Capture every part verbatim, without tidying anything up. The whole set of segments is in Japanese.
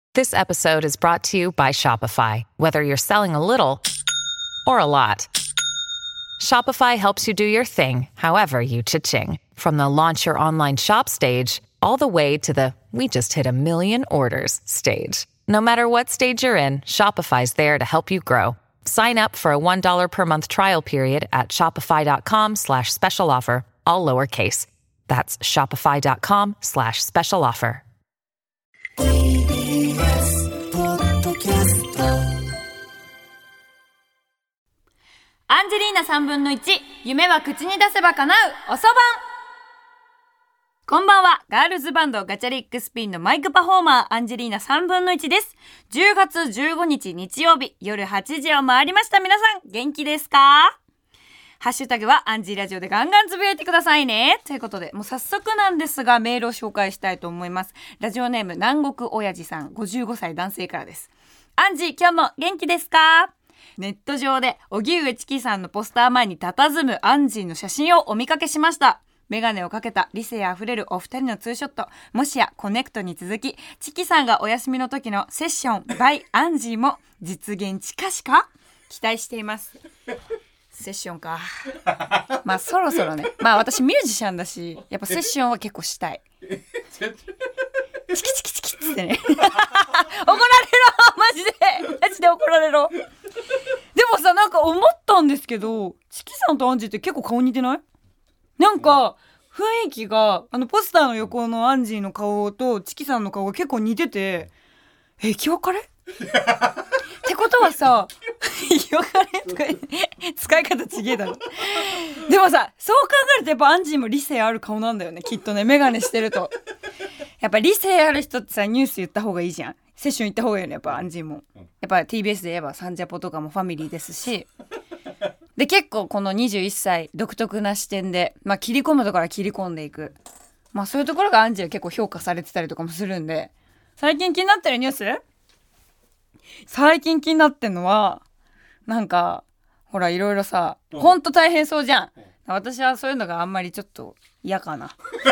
This episode is brought to you by Shopify. Whether you're selling a little or a lot, Shopify helps you do your thing, however you cha-ching. From the launch your online shop stage, all the way to the we just hit a million orders stage. No matter what stage you're in, Shopify's there to help you grow. Sign up for a one dollar per month trial period at shopify.com slash special offer, all lowercase. That's shopify.com slash special offer. ティービーエス ポッドキャストアンジェリーナさんぶんのいち、夢は口に出せば叶うおそばん。こんばんは。ガールズバンドガチャリックスピンのマイクパフォーマーアンジェリーナさんぶんのいちです。じゅうがつじゅうごにち日曜日夜はちじを回りました。皆さん元気ですか？ハッシュタグはアンジーラジオでガンガンつぶやいてくださいね。ということでもう早速なんですがメールを紹介したいと思います。ラジオネーム南国親父さん、ごじゅうごさい男性からです。アンジー今日も元気ですか？ネット上で荻上チキさんのポスター前に佇むアンジーの写真をお見かけしました。メガネをかけた理性あふれるお二人のツーショット、もしやコネクトに続きチキさんがお休みの時のセッション by アンジーも実現近しか期待しています。セッションかまあそろそろね、まあ私ミュージシャンだしやっぱセッションは結構したい。チキチキチキっつってね怒られろマジでマジで怒られろ。でもさ、なんか思ったんですけどチキさんとアンジーって結構顔似てない？なんか雰囲気があのポスターの横のアンジーの顔とチキさんの顔が結構似てて、え、生き別れってことはさ生き別れとか使い方ちげえだろ。でもさ、そう考えるとやっぱアンジーも理性ある顔なんだよね、きっとね。メガネしてるとやっぱ理性ある人ってさ、ニュース言った方がいいじゃん。セッション行った方がいいよね、やっぱアンジーも。やっぱ ティービーエス で言えばサンジャポとかもファミリーですし、で結構このにじゅういっさい独特な視点で、まあ、切り込むところから切り込んでいく、まあそういうところがアンジーは結構評価されてたりとかもするんで。最近気になってるニュース？最近気になってんのはなんかほらいろいろさ、ほんと大変そうじゃん。私はそういうのがあんまりちょっと嫌かな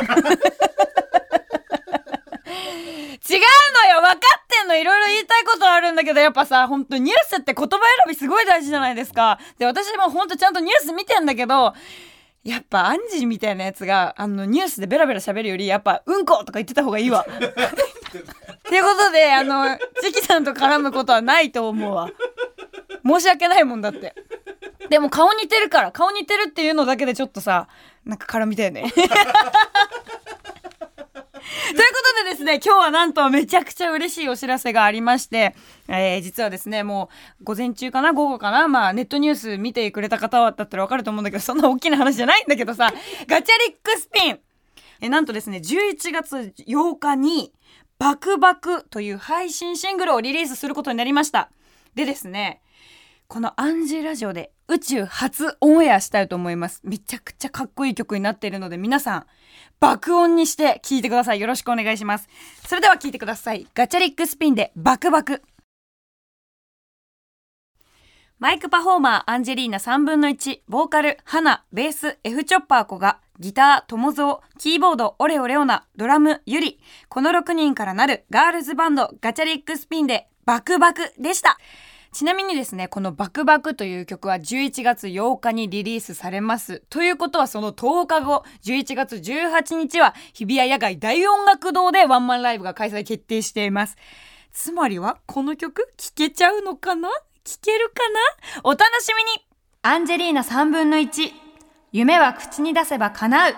違うのよ、分かってんの。いろいろ言いたいことあるんだけど、やっぱさ、ほんとニュースって言葉選びすごい大事じゃないですか。で、私もほんとちゃんとニュース見てんだけど、やっぱアンジーみたいなやつがあのニュースでベラベラ喋るよりやっぱうんことか言ってた方がいいわっていうことで、あのチキさんと絡むことはないと思うわ。申し訳ないもんだって。でも顔似てるから、顔似てるっていうのだけでちょっとさ、なんか絡みたいねということでですね、今日はなんとめちゃくちゃ嬉しいお知らせがありまして、えー、実はですね、もう午前中かな午後かな、まあネットニュース見てくれた方だったら分かると思うんだけど、そんな大きな話じゃないんだけどさ、ガチャリックスピン、えなんとですねじゅういちがつようかにバクバクという配信シングルをリリースすることになりました。でですね、このアンジーラジオで宇宙初オンエアしたいと思います。めちゃくちゃかっこいい曲になっているので、皆さん爆音にして聴いてください。よろしくお願いします。それでは聴いてください。ガチャリックスピンでバクバク。マイクパフォーマーアンジェリーナさんぶんのいち、ボーカルハナ、ベース F チョッパーコが、ギタートモゾー、キーボードオレオレオナ、ドラムユリ、このろくにんからなるガールズバンドガチャリックスピンでバクバクでした。ちなみにですね、このバクバクという曲はじゅういちがつようかにリリースされます。ということはそのとおかご、じゅういちがつじゅうはちにちは日比谷野外大音楽堂でワンマンライブが開催決定しています。つまりはこの曲聴けちゃうのかな？聴けるかな？お楽しみに。アンジェリーナさんぶんのいち、夢は口に出せば叶う。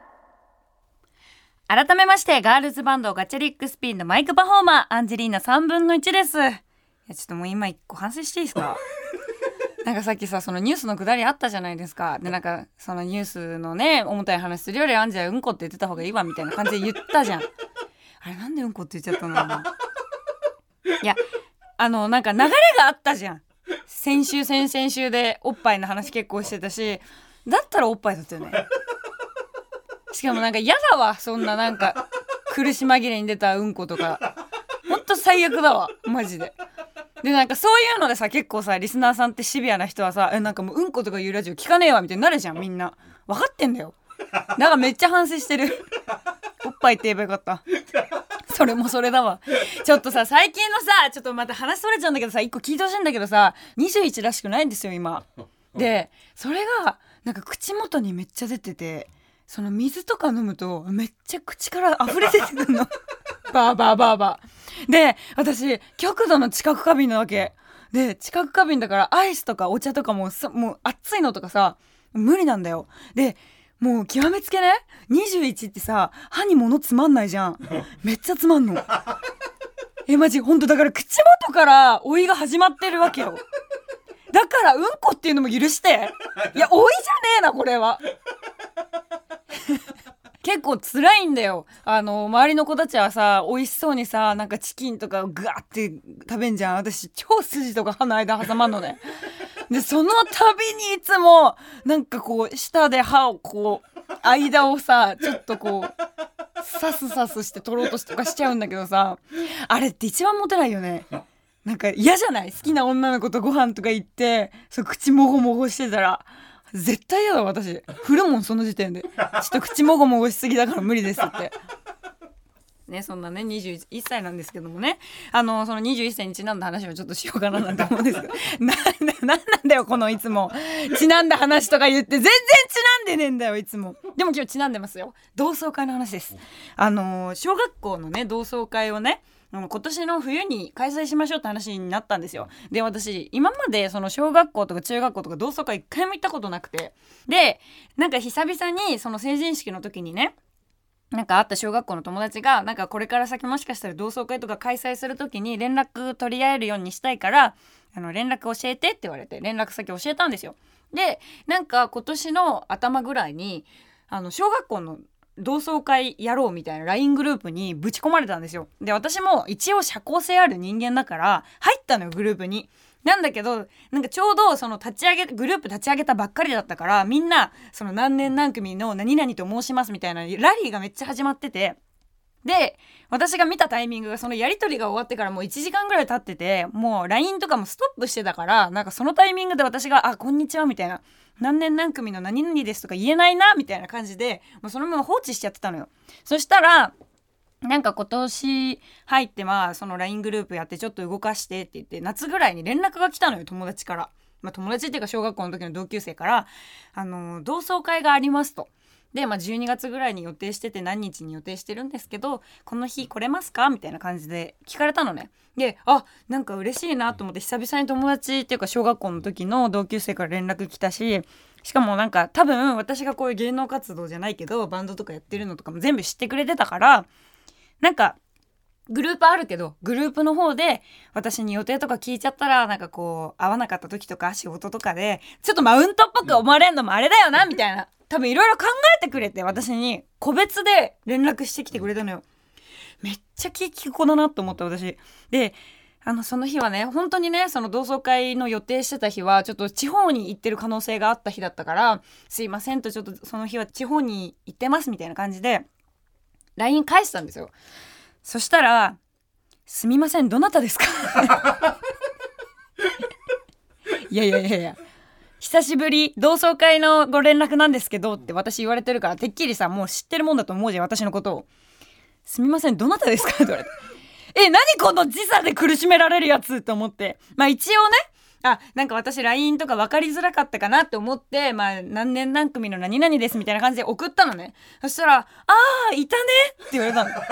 改めましてガールズバンドガチャリックスピンのマイクパフォーマーアンジェリーナさんぶんのいちです。いやちょっともう今一個反省していいですかなんかさっきさ、そのニュースのくだりあったじゃないですか。でなんかそのニュースのね重たい話するよりアンジェはうんこって言ってた方がいいわみたいな感じで言ったじゃん。あれなんでうんこって言っちゃったのいやあのなんか流れがあったじゃん。先週先々週でおっぱいの話結構してたし、だったらおっぱいだったよね。しかもなんか嫌だわ、そんななんか苦し紛れに出たうんことかほんと最悪だわマジで。でなんかそういうのでさ、結構さリスナーさんってシビアな人はさ、えなんかもううんことかいうラジオ聞かねえわみたいになるじゃん。みんな分かってんだよ。だからめっちゃ反省してる。おっぱいって言えばよかった。そそれもそれだわ。ちょっとさ、最近のさ、ちょっとまた話それちゃうんだけどさ、一個聞いてほしいんだけどさ、にじゅういちらしくないんですよ今で。それがなんか口元にめっちゃ出てて、その水とか飲むとめっちゃ口から溢れ出てくるのバーバーバーバーで、私極度の知覚過敏なわけで、知覚過敏だからアイスとかお茶とかもさ、もう熱いのとかさ無理なんだよ。でもう極めつけね、にじゅういちってさ歯に物つまんないじゃん。めっちゃつまんのえマジほんとだから口元から老いが始まってるわけよ。だからうんこっていうのも許して。いや老いじゃねえなこれは結構辛いんだよ。あの周りの子たちはさ美味しそうにさなんかチキンとかグワーって食べんじゃん。私超筋とか歯の間挟まんのねでその度にいつもなんかこう舌で歯をこう間をさちょっとこうサスサスして取ろうととかしちゃうんだけどさ、あれって一番モテないよね。なんか嫌じゃない？好きな女の子とご飯とか行ってそう口もごもごしてたら絶対嫌だ。私振るもんその時点で。ちょっと口もごもごしすぎだから無理ですってね。そんなねにじゅういっさいなんですけどもね、あのそのにじゅういっさいにちなんだ話をちょっとしようかななんて思うんですけどな, な, なんなんだよこのいつもちなんだ話とか言って全然ちなんでねえんだよいつも。でも今日ちなんでますよ。同窓会の話です。あの小学校のね同窓会をね今年の冬に開催しましょうって話になったんですよ。で私今までその小学校とか中学校とか同窓会一回も行ったことなくて、でなんか久々にその成人式の時にねなんか会った小学校の友達がなんかこれから先もしかしたら同窓会とか開催する時に連絡取り合えるようにしたいからあの連絡教えてって言われて連絡先教えたんですよ。でなんか今年の頭ぐらいにあの小学校の同窓会やろうみたいな ライン グループにぶち込まれたんですよ。で私も一応社交性ある人間だから入ったのよグループに。なんだけどなんかちょうどその立ち上げグループ立ち上げたばっかりだったからみんなその何年何組の何々と申しますみたいなラリーがめっちゃ始まってて、で私が見たタイミングがそのやり取りが終わってからもういちじかんぐらい経っててもう ライン とかもストップしてたからなんかそのタイミングで私があこんにちはみたいな何年何組の何々ですとか言えないなみたいな感じでもうそのまま放置しちゃってたのよ。そしたらなんか今年入ってまあその ライン グループやってちょっと動かしてって言って夏ぐらいに連絡が来たのよ友達から。まあ友達っていうか小学校の時の同級生からあの同窓会がありますと。で、まあ、じゅうにがつぐらいに予定してて何日に予定してるんですけどこの日来れますかみたいな感じで聞かれたのね。であなんか嬉しいなと思って久々に友達っていうか小学校の時の同級生から連絡来たし、しかもなんか多分私がこういう芸能活動じゃないけどバンドとかやってるのとかも全部知ってくれてたからなんかグループあるけどグループの方で私に予定とか聞いちゃったらなんかこう会わなかった時とか仕事とかでちょっとマウントっぽく思われるのもあれだよなみたいな多分いろいろ考えてくれて私に個別で連絡してきてくれたのよ。めっちゃ気利く子だなと思った私で、あのその日はね本当にねその同窓会の予定してた日はちょっと地方に行ってる可能性があった日だったからすいませんとちょっとその日は地方に行ってますみたいな感じで ライン 返したんですよ。そしたらすみませんどなたですかいやいやいやいや久しぶり同窓会のご連絡なんですけどって私言われてるからてっきりさもう知ってるもんだと思うじゃん私のことを。すみませんどなたですかって言われてえ何この時差で苦しめられるやつって思ってまあ一応ねあなんか私 ライン とか分かりづらかったかなって思ってまあ何年何組の何々ですみたいな感じで送ったのね。そしたらあーいたねって言われたの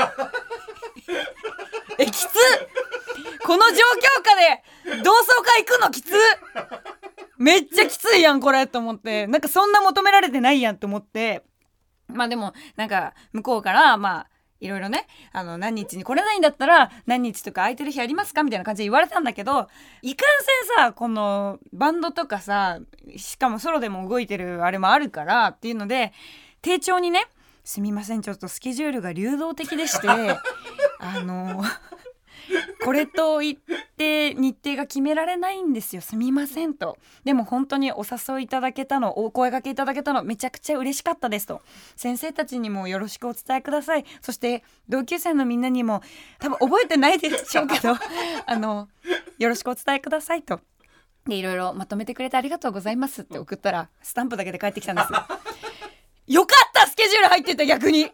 えきつこの状況下で同窓会行くのきつめっちゃきついやんこれと思ってなんかそんな求められてないやんと思ってまあでもなんか向こうからまあいろいろねあの何日に来れないんだったら何日とか空いてる日ありますかみたいな感じで言われたんだけどいかんせんさこのバンドとかさしかもソロでも動いてるあれもあるからっていうので丁重にねすみませんちょっとスケジュールが流動的でしてあのこれと言って日程が決められないんですよすみませんと。でも本当にお誘いいただけたのお声掛けいただけたのめちゃくちゃ嬉しかったですと。先生たちにもよろしくお伝えください。そして同級生のみんなにも多分覚えてないでしょうけどあのよろしくお伝えくださいと。でいろいろまとめてくれてありがとうございますって送ったらスタンプだけで返ってきたんですよよかったスケジュール入ってた逆に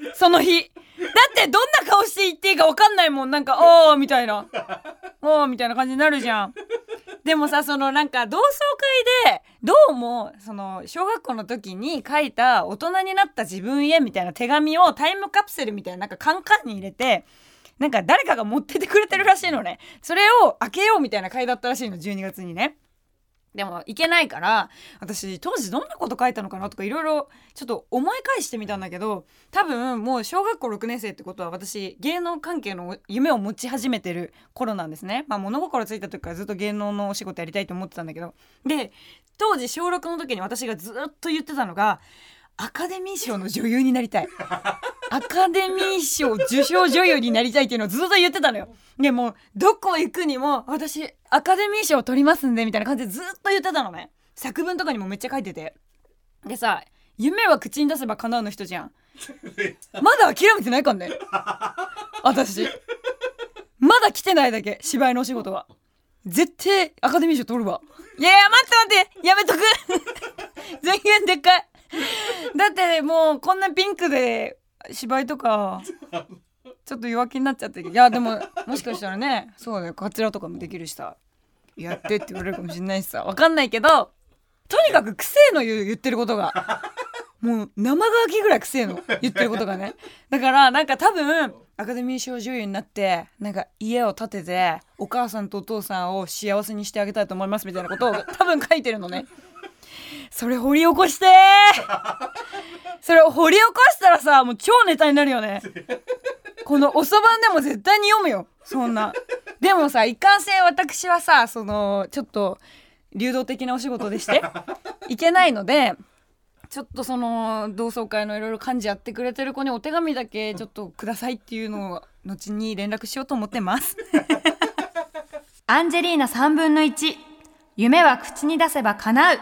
その日。だってどんな顔して言っていいか分かんないもん。なんかおーみたいなおーみたいな感じになるじゃん。でもさ、そのなんか同窓会でどうもその小学校の時に書いた大人になった自分へみたいな手紙をタイムカプセルみたいななんかカンカンに入れて、なんか誰かが持っててくれてるらしいのね。それを開けようみたいな会だったらしいの、じゅうにがつにね。でも行けないから、私当時どんなこと書いたのかなとかいろいろちょっと思い返してみたんだけど、多分もう小学校ろくねん生ってことは私芸能関係の夢を持ち始めてる頃なんですね。まあ物心ついた時からずっと芸能のお仕事やりたいと思ってたんだけど、で当時小ろくの時に私がずっと言ってたのが、アカデミー賞の女優になりたいアカデミー賞受賞女優になりたいっていうのをずっと言ってたのよ。でもどこ行くにも私アカデミー賞取りますんでみたいな感じでずっと言ってたのね。作文とかにもめっちゃ書いてて、でさ、夢は口に出せば叶うの人じゃん。まだ諦めてないかんね私まだ来てないだけ、芝居のお仕事は絶対アカデミー賞取るわ。いやいや待って待ってやめとく全然でっかいだってもうこんなピンクで芝居とかちょっと弱気になっちゃってる。いやでももしかしたらね、そうだよ、カツラとかもできるしさ、やってって言われるかもしれないしさ、わかんないけど、とにかくくせえの言う言ってることがもう生乾きぐらいくせえの言ってることがね。だからなんか多分アカデミー賞女優になってなんか家を建ててお母さんとお父さんを幸せにしてあげたいと思いますみたいなことを多分書いてるのね。それ掘り起こしてそれを掘り起こしたらさ、もう超ネタになるよね。このおそばでも絶対に読むよ、そんな。でもさ、いかんせん私はさ、そのちょっと流動的なお仕事でしていけないので、ちょっとその同窓会のいろいろ幹事やってくれてる子にお手紙だけちょっとくださいっていうのを後に連絡しようと思ってますアンジェリーナさんぶんのいち、夢は口に出せば叶う。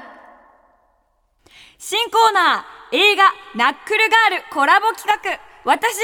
新コーナー、映画ナックルガールコラボ企画、私頑張っています。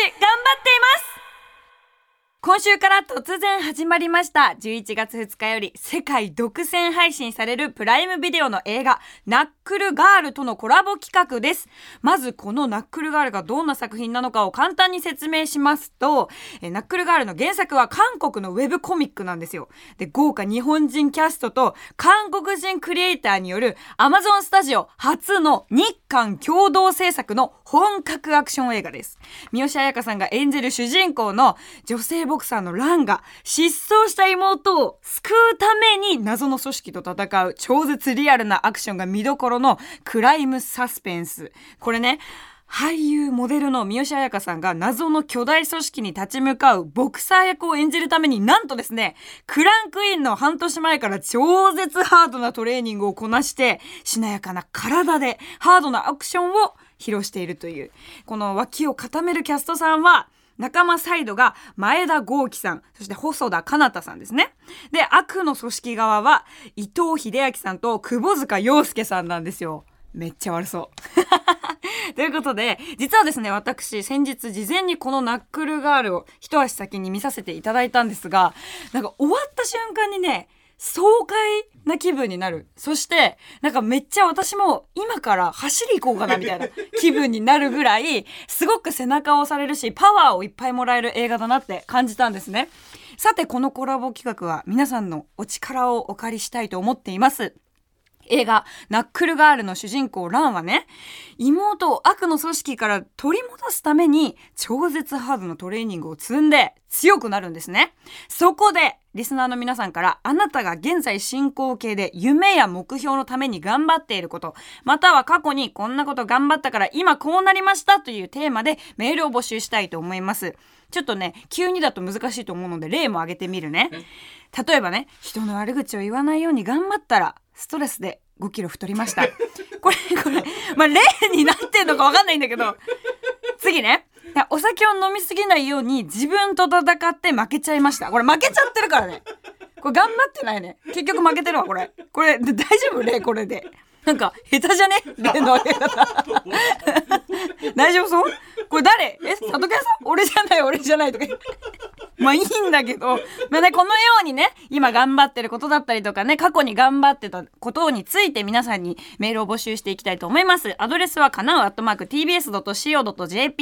今週から突然始まりましたじゅういちがつふつかより世界独占配信されるプライムビデオの映画ナックルガールとのコラボ企画です。まずこのナックルガールがどんな作品なのかを簡単に説明しますと、えナックルガールの原作は韓国のウェブコミックなんですよ。で、豪華日本人キャストと韓国人クリエイターによる Amazon スタジオ初の日韓共同制作の本格アクション映画です。三好彩花さんが演じる主人公の女性ボクサーのランが失踪した妹を救うために謎の組織と戦う超絶リアルなアクションが見どころのクライムサスペンス。これね、俳優モデルの三好彩花さんが謎の巨大組織に立ち向かうボクサー役を演じるために、なんとですね、クランクインの半年前から超絶ハードなトレーニングをこなしてしなやかな体でハードなアクションを披露しているという、この脇を固めるキャストさんは仲間サイドが前田豪輝さん、そして細田佳奈さんですね。で、悪の組織側は伊藤英明さんと窪塚洋介さんなんですよ。めっちゃ悪そうということで、実はですね、私先日事前にこのナックルガールを一足先に見させていただいたんですが、なんか終わった瞬間にね、爽快な気分になる。そしてなんかめっちゃ私も今から走り行こうかなみたいな気分になるぐらい、すごく背中を押されるしパワーをいっぱいもらえる映画だなって感じたんですね。さて、このコラボ企画は皆さんのお力をお借りしたいと思っています。映画ナックルガールの主人公ランはね、妹を悪の組織から取り戻すために超絶ハードなトレーニングを積んで強くなるんですね。そこでリスナーの皆さんから、あなたが現在進行形で夢や目標のために頑張っていること、または過去にこんなこと頑張ったから今こうなりましたというテーマでメールを募集したいと思います。ちょっとね、急にだと難しいと思うので例も挙げてみるね。例えばね、人の悪口を言わないように頑張ったらストレスでごキロ太りました。これこれまあ例になってんのか分かんないんだけど、次ね、お酒を飲みすぎないように自分と戦って負けちゃいました。これ負けちゃってるからね。これ頑張ってないね。結局負けてるわこれ。これ大丈夫？例これで。なんか下手じゃね？例の上げ方。大丈夫そう？これ誰？え、佐藤家さん？俺じゃない俺じゃないとか。まあいいんだけど、まあね、このようにね、今頑張ってることだったりとかね、過去に頑張ってたことについて皆さんにメールを募集していきたいと思います。アドレスはかなうアットマーク ティービーエスドットシーオードットジェーピー、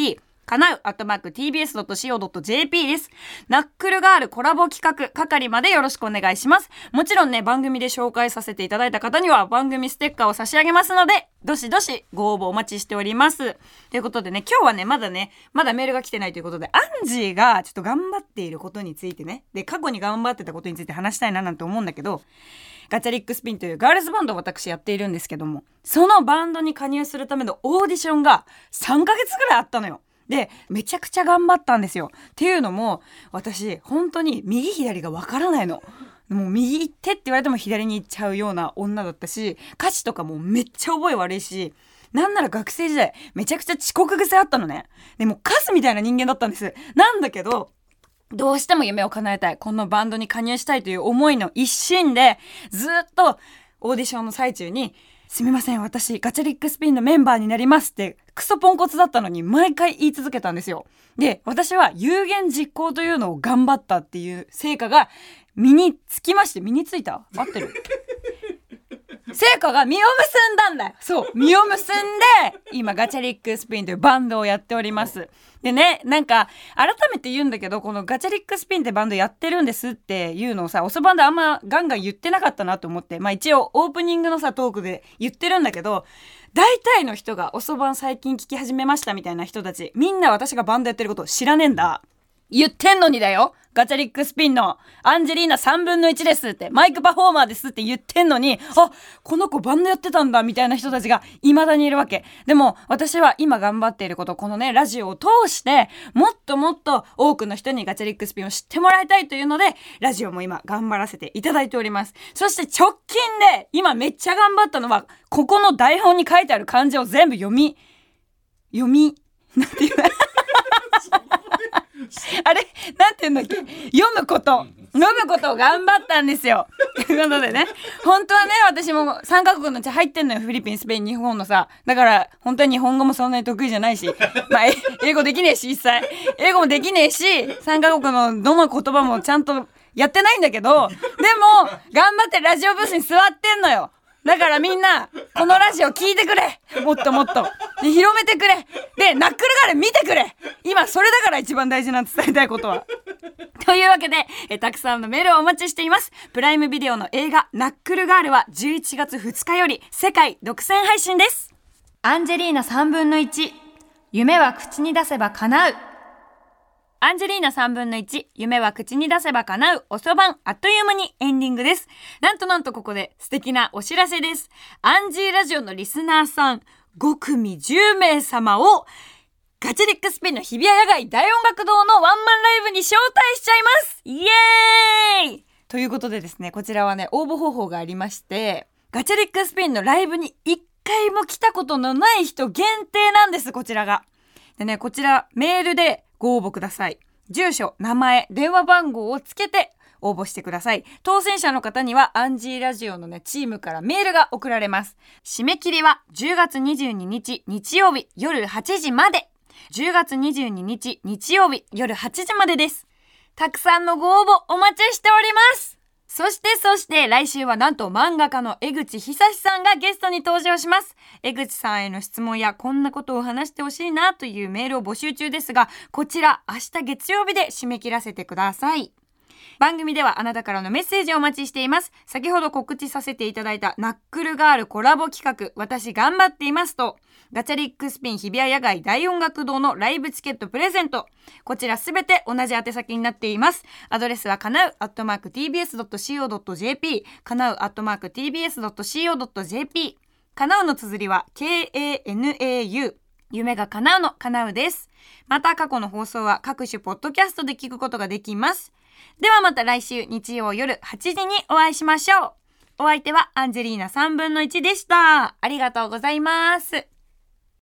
かなうアットマーク ティービーエスドットシーオードットジェーピー です。ナックルガールコラボ企画係までよろしくお願いします。もちろんね、番組で紹介させていただいた方には番組ステッカーを差し上げますので、どしどしご応募お待ちしております。ということでね、今日はね、まだね、まだメールが来てないということで、アンジーがちょっと頑張っていることについてね、で、過去に頑張ってたことについて話したいななんて思うんだけど、ガチャリックスピンというガールズバンドを私やっているんですけども、そのバンドに加入するためのオーディションがさんかげつぐらいあったのよ。で、めちゃくちゃ頑張ったんですよ。っていうのも、私本当に右左がわからないの。もう右行ってって言われても左に行っちゃうような女だったし、歌詞とかもめっちゃ覚え悪いし、なんなら学生時代めちゃくちゃ遅刻癖あったのね。でもカスみたいな人間だったんです。なんだけど、どうしても夢を叶えたい、このバンドに加入したいという思いの一心で、ずっとオーディションの最中に、すみません、私ガチャリックスピンのメンバーになりますってクソポンコツだったのに毎回言い続けたんですよ。で、私は有言実行というのを頑張ったっていう成果が身につきまして、身についた？合ってる？成果が実を結んだんだよ。そう、実を結んで今ガチャリックスピンというバンドをやっております。でね、なんか改めて言うんだけど、このガチャリックスピンってバンドやってるんですっていうのをさ、おそばんであんまガンガン言ってなかったなと思って、まあ一応オープニングのさトークで言ってるんだけど、大体の人がおそばん最近聞き始めましたみたいな人たち、みんな私がバンドやってることを知らねえんだ。言ってんのにだよ。ガチャリックスピンのアンジェリーナさんぶんのいちですって、マイクパフォーマーですって言ってんのに、あ、この子バンドやってたんだみたいな人たちが未だにいるわけ。でも私は今頑張っていること、このねラジオを通してもっともっと多くの人にガチャリックスピンを知ってもらいたいというので、ラジオも今頑張らせていただいております。そして直近で今めっちゃ頑張ったのは、ここの台本に書いてある漢字を全部読み読みなんていうあれなんて言うんだっけ、読むこと読むことを頑張ったんですよ。ということでね、本当はね、私もさんカ国のうち入ってんのよ。フィリピン、スペイン、日本のさ。だから本当に日本語もそんなに得意じゃないし、まあ英語できねえし、一切英語もできねえし、さんカ国のどの言葉もちゃんとやってないんだけど、でも頑張ってラジオブースに座ってんのよ。だからみんなこのラジオ聞いてくれ、もっともっとで広めてくれ、でナックルガール見てくれ。今それだから一番大事な伝えたいことは。というわけでえたくさんのメールをお待ちしています。プライムビデオの映画ナックルガールはじゅういちがつふつかより世界独占配信です。アンジェリーナさんぶんのいち、夢は口に出せば叶う。アンジェリーナさんぶんのいち、夢は口に出せば叶う、おそばん、あっという間にエンディングです。なんとなんとここで素敵なお知らせです。アンジーラジオのリスナーさんごくみじゅうめい様をガチャリックスピンの日比谷野外大音楽堂のワンマンライブに招待しちゃいます。イエーイということでですね、こちらはね応募方法がありまして、ガチャリックスピンのライブに一回も来たことのない人限定なんです。こちらがでね、こちらメールでご応募ください。住所、名前、電話番号をつけて応募してください。当選者の方にはアンジーラジオのねチームからメールが送られます。締め切りはじゅうがつにじゅうににち日曜日夜はちじまで。じゅうがつにじゅうににち日曜日夜はちじまでです。たくさんのご応募お待ちしております。そしてそして来週はなんと漫画家の江口久志さんがゲストに登場します。江口さんへの質問やこんなことを話してほしいなというメールを募集中ですが、こちら明日月曜日で締め切らせてください。番組ではあなたからのメッセージをお待ちしています。先ほど告知させていただいたナックルガールコラボ企画、私頑張っていますとガチャリックスピン日比谷野外大音楽堂のライブチケットプレゼント、こちらすべて同じ宛先になっています。アドレスはかなうアットマーク ティービーエスドットシーオードットジェーピー、 かなうアットマーク ティービーエスドットシーオードットジェーピー、 かなうの綴りは ケーエーエヌエーユー、 夢が叶うのかなうです。また過去の放送は各種ポッドキャストで聞くことができます。ではまた来週日曜夜はちじにお会いしましょう。お相手はアンジェリーナさんぶんのいちでした。ありがとうございます。